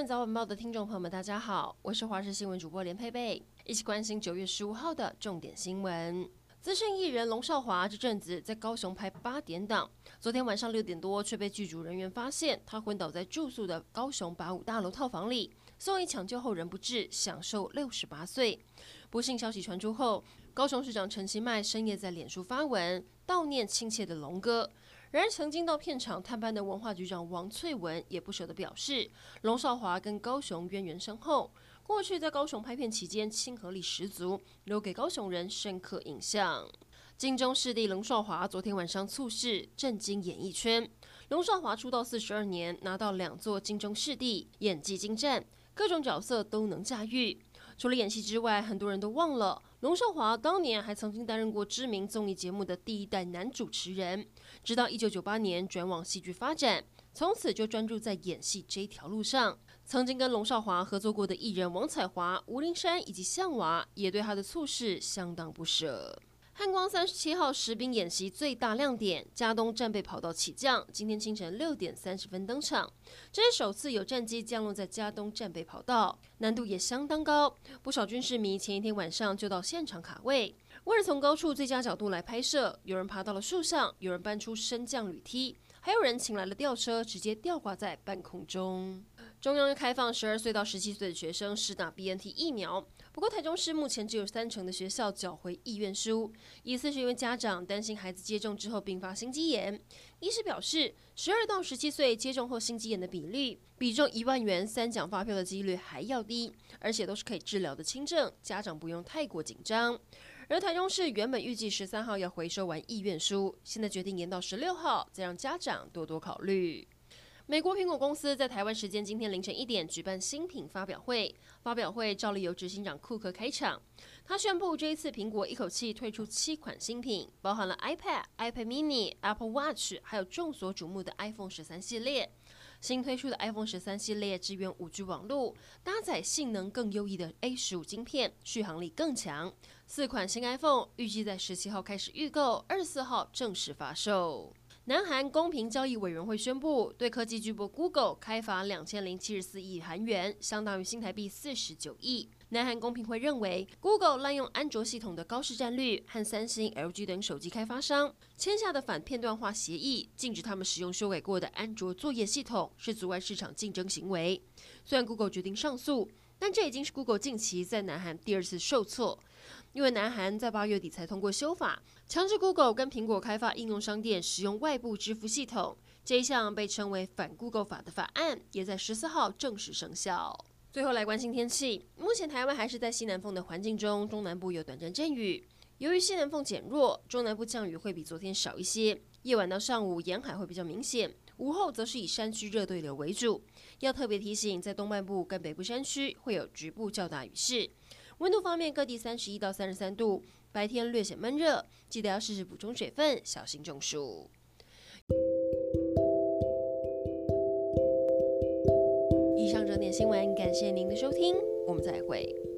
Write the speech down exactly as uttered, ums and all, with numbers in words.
闻早晚报的听众朋友们，大家好，我是华视新闻主播连佩佩，一起关心九月十五号的重点新闻。资深艺人龙少华这阵子在高雄拍八点档，昨天晚上六点多却被剧组人员发现他昏倒在住宿的高雄八五大楼套房里，送医抢救后仍不治，享受六十八岁。不幸消息传出后，高雄市长陈其迈深夜在脸书发文悼念亲切的龙哥。然而，曾经到片场探班的文化局长王翠文也不舍得表示，龙少华跟高雄渊源深厚，过去在高雄拍片期间亲和力十足，留给高雄人深刻印象。金钟视帝龙少华昨天晚上猝逝，震惊演艺圈。龙少华出道四十二年，拿到两座金钟视帝，演技精湛，各种角色都能驾驭。除了演戏之外，很多人都忘了龙少华当年还曾经担任过知名综艺节目的第一代男主持人，直到一九九八年转往戏剧发展，从此就专注在演戏这一条路上。曾经跟龙少华合作过的艺人王彩华、吴林山以及向娃，也对他的猝逝相当不舍。汉光三十七号实兵演习最大亮点，嘉东战备跑道起降，今天清晨六点三十分登场。这是首次有战机降落在嘉东战备跑道，难度也相当高。不少军事迷前一天晚上就到现场卡位，为了从高处最佳角度来拍摄，有人爬到了树上，有人搬出升降铝梯，还有人请来了吊车，直接吊挂在半空中。中央又开放十二岁到十七岁的学生施打 B N T 疫苗，不过台中市目前只有三成的学校缴回意愿书，疑似是因为家长担心孩子接种之后并发心肌炎。医师表示，十二到十七岁接种后心肌炎的比例，比中一万元三奖发票的几率还要低，而且都是可以治疗的轻症，家长不用太过紧张。而台中市原本预计十三号要回收完意愿书，现在决定延到十六号，再让家长多多考虑。美国苹果公司在台湾时间今天凌晨一点举办新品发表会，发表会照例由执行长库克开场。他宣布这一次苹果一口气推出七款新品，包含了 iPad、iPad mini、Apple Watch， 还有众所瞩目的 iPhone 十三系列。新推出的 iPhone 十三系列支援 五 G 网络，搭载性能更优异的 A 十五 晶片，续航力更强。四款新 iPhone 预计在十七号开始预购，二十四号正式发售。南韩公平交易委员会宣布，对科技巨擘 Google 开罚两千零七十四亿韩元，相当于新台币四十九亿。南韩公平会认为 ，Google 滥用安卓系统的高市占率，和三星、L G 等手机开发商签下的反片段化协议，禁止他们使用修改过的安卓作业系统，是阻碍市场竞争行为。虽然 Google 决定上诉，但这已经是 Google 近期在南韩第二次受挫。因为南韩在八月底才通过修法，强制 Google 跟苹果开发应用商店使用外部支付系统。这一项被称为反 Google 法的法案，也在十四号正式生效。最后来关心天气，目前台湾还是在西南风的环境中，中南部有短暂阵雨。由于西南风减弱，中南部降雨会比昨天少一些，夜晚到上午沿海会比较明显，午后则是以山区热对流为主。要特别提醒，在东半部跟北部山区会有局部较大雨势。温度方面，各地三十一到三十三度，白天略显闷热，记得要适时补充水分，小心中暑。以上整点新闻，感谢您的收听，我们再会。